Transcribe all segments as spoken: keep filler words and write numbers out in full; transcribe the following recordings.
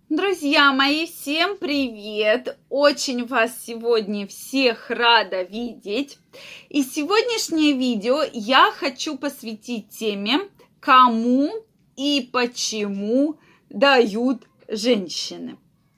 Друзья мои, всем привет! Очень вас сегодня всех рада видеть. И сегодняшнее видео я хочу посвятить теме, кому и почему дают женщины.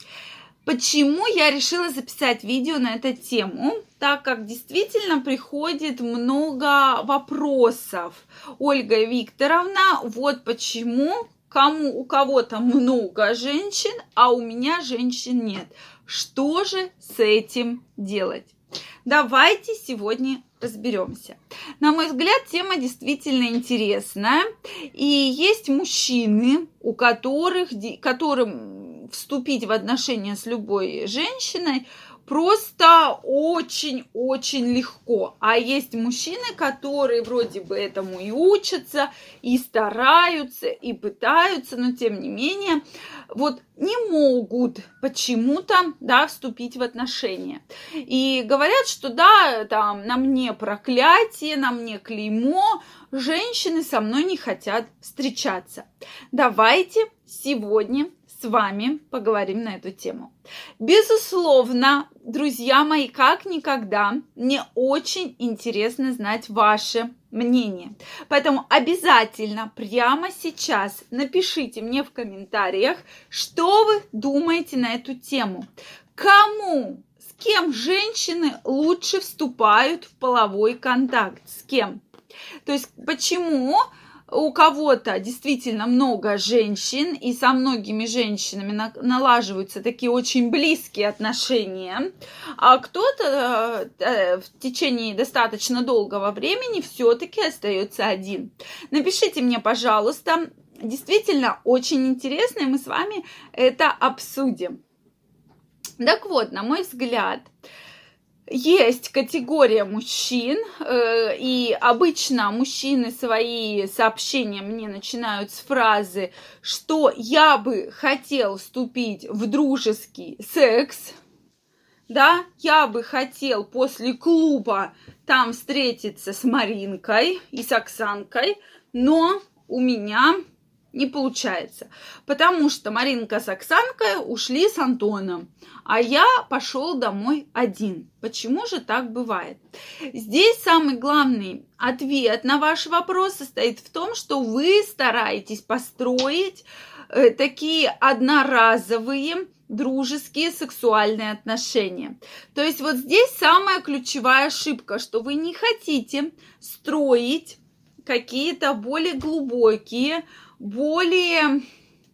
Почему я решила записать видео на эту тему? Так как действительно приходит много вопросов. Ольга Викторовна, вот почему... Кому у кого-то много женщин, а у меня женщин нет. Что же с этим делать? Давайте сегодня разберемся. На мой взгляд, тема действительно интересная. И есть мужчины, у которых, которым вступить в отношения с любой женщиной просто очень-очень легко. А есть мужчины, которые вроде бы этому и учатся, и стараются, и пытаются, но тем не менее, вот не могут почему-то, да, вступить в отношения. И говорят, что да, там, на мне проклятие, на мне клеймо, женщины со мной не хотят встречаться. Давайте сегодня с вами поговорим на эту тему. Безусловно, друзья мои, как никогда, мне очень интересно знать ваше мнение. Поэтому обязательно прямо сейчас напишите мне в комментариях, что вы думаете на эту тему. Кому, с кем женщины лучше вступают в половой контакт? С кем? То есть почему... У кого-то действительно много женщин, и со многими женщинами на- налаживаются такие очень близкие отношения, а кто-то э, в течение достаточно долгого времени все-таки остается один. Напишите мне, пожалуйста, действительно очень интересно, и мы с вами это обсудим. Так вот, на мой взгляд, есть категория мужчин, э, и обычно мужчины свои сообщения мне начинают с фразы, что я бы хотел вступить в дружеский секс, да, я бы хотел после клуба там встретиться с Маринкой и с Оксанкой, но у меня не получается, потому что Маринка с Оксанкой ушли с Антоном, а я пошел домой один. Почему же так бывает? Здесь самый главный ответ на ваш вопрос состоит в том, что вы стараетесь построить э, такие одноразовые дружеские сексуальные отношения. То есть вот здесь самая ключевая ошибка, что вы не хотите строить какие-то более глубокие, более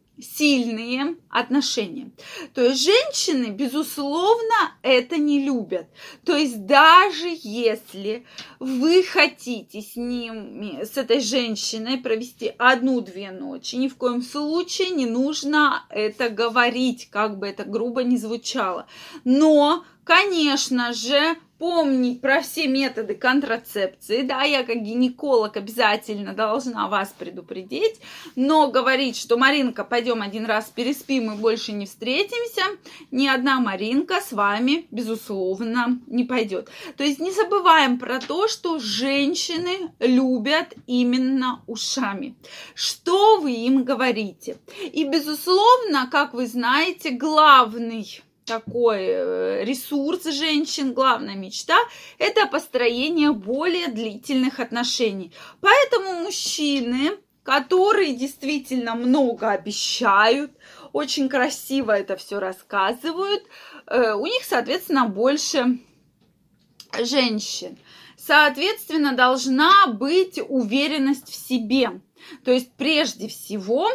сильные отношения. То есть женщины, безусловно, это не любят. То есть даже если вы хотите с ними, с этой женщиной провести одну-две ночи, ни в коем случае не нужно это говорить, как бы это грубо ни звучало. Но, конечно же, помнить про все методы контрацепции, да, я как гинеколог обязательно должна вас предупредить, но говорить, что Маринка, пойдем один раз переспим и больше не встретимся, ни одна Маринка с вами, безусловно, не пойдет. То есть не забываем про то, что женщины любят именно ушами. Что вы им говорите? И, безусловно, как вы знаете, главный такой ресурс женщин, главная мечта – это построение более длительных отношений. Поэтому мужчины, которые действительно много обещают, очень красиво это все рассказывают, у них, соответственно, больше женщин. Соответственно, должна быть уверенность в себе. То есть, прежде всего,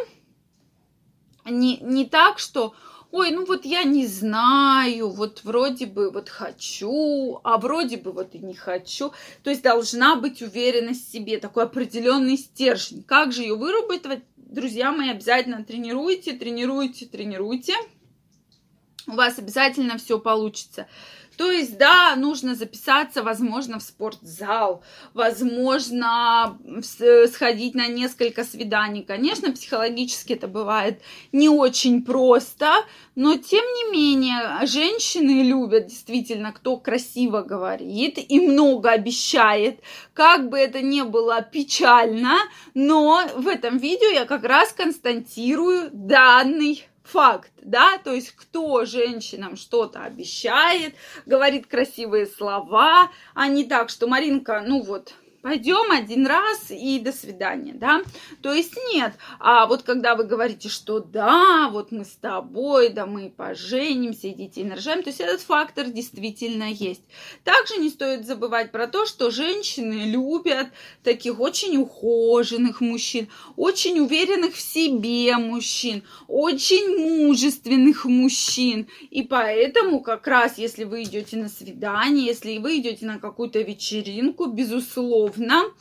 не, не так, что ой, ну вот я не знаю, вот вроде бы вот хочу, а вроде бы вот и не хочу. То есть должна быть уверенность в себе, такой определенный стержень. Как же ее выработать? Друзья мои, обязательно тренируйте, тренируйте, тренируйте. У вас обязательно все получится. То есть, да, нужно записаться, возможно, в спортзал, возможно, сходить на несколько свиданий. Конечно, психологически это бывает не очень просто, но, тем не менее, женщины любят действительно, кто красиво говорит и много обещает. Как бы это ни было печально, но в этом видео я как раз констатирую данный факт, да, то есть кто женщинам что-то обещает, говорит красивые слова, а не так, что Маринка, ну вот, пойдем один раз и до свидания, да, то есть нет, а вот когда вы говорите, что да, вот мы с тобой, да мы поженимся, и детей нарожаем, то есть этот фактор действительно есть. Также не стоит забывать про то, что женщины любят таких очень ухоженных мужчин, очень уверенных в себе мужчин, очень мужественных мужчин, и поэтому как раз, если вы идете на свидание, если вы идете на какую-то вечеринку, безусловно,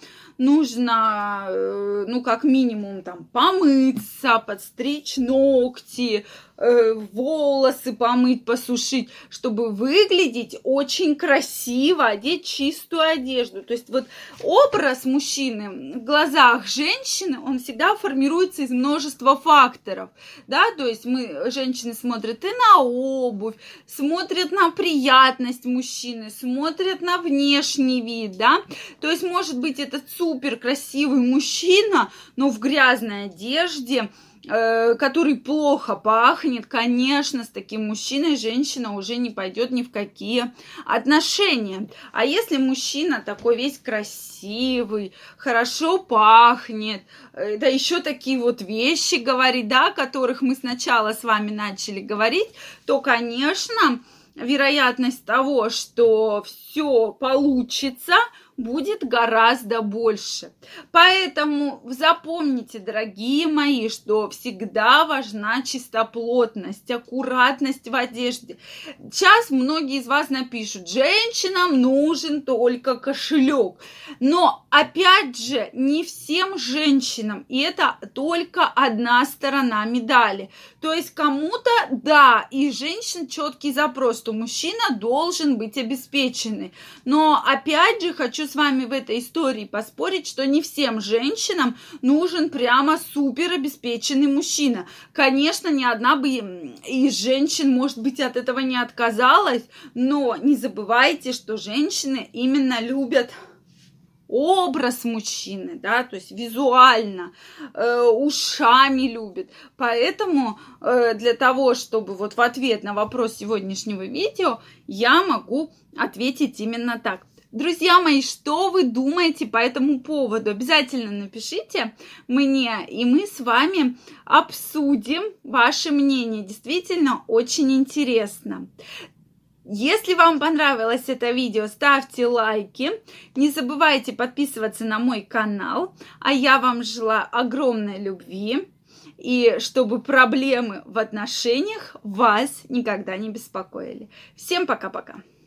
нужно, ну, как минимум, там, помыться, подстричь ногти, волосы помыть, посушить, чтобы выглядеть очень красиво, одеть чистую одежду. То есть вот образ мужчины в глазах женщины, он всегда формируется из множества факторов, да, то есть мы, женщины, смотрят и на обувь, смотрят на приятность мужчины, смотрят на внешний вид, да, то есть может быть этот супер красивый мужчина, но в грязной одежде, который плохо пахнет, конечно, с таким мужчиной женщина уже не пойдет ни в какие отношения. А если мужчина такой весь красивый, хорошо пахнет, да еще такие вот вещи говорит, да, о которых мы сначала с вами начали говорить, то, конечно, вероятность того, что все получится, будет гораздо больше. Поэтому запомните, дорогие мои, что всегда важна чистоплотность, аккуратность в одежде. Сейчас многие из вас напишут: женщинам нужен только кошелек. Но, опять же, не всем женщинам. И это только одна сторона медали. То есть кому-то, да, и женщин четкий запрос, что мужчина должен быть обеспеченный. Но, опять же, хочу с вами в этой истории поспорить, что не всем женщинам нужен прямо супер обеспеченный мужчина. Конечно, ни одна бы из женщин, может быть, от этого не отказалась, но не забывайте, что женщины именно любят образ мужчины, да, то есть визуально, э, ушами любит. Поэтому э, для того, чтобы вот в ответ на вопрос сегодняшнего видео, я могу ответить именно так. Друзья мои, что вы думаете по этому поводу? Обязательно напишите мне, и мы с вами обсудим ваше мнение. Действительно, очень интересно. Если вам понравилось это видео, ставьте лайки, не забывайте подписываться на мой канал, а я вам желаю огромной любви, и чтобы проблемы в отношениях вас никогда не беспокоили. Всем пока-пока!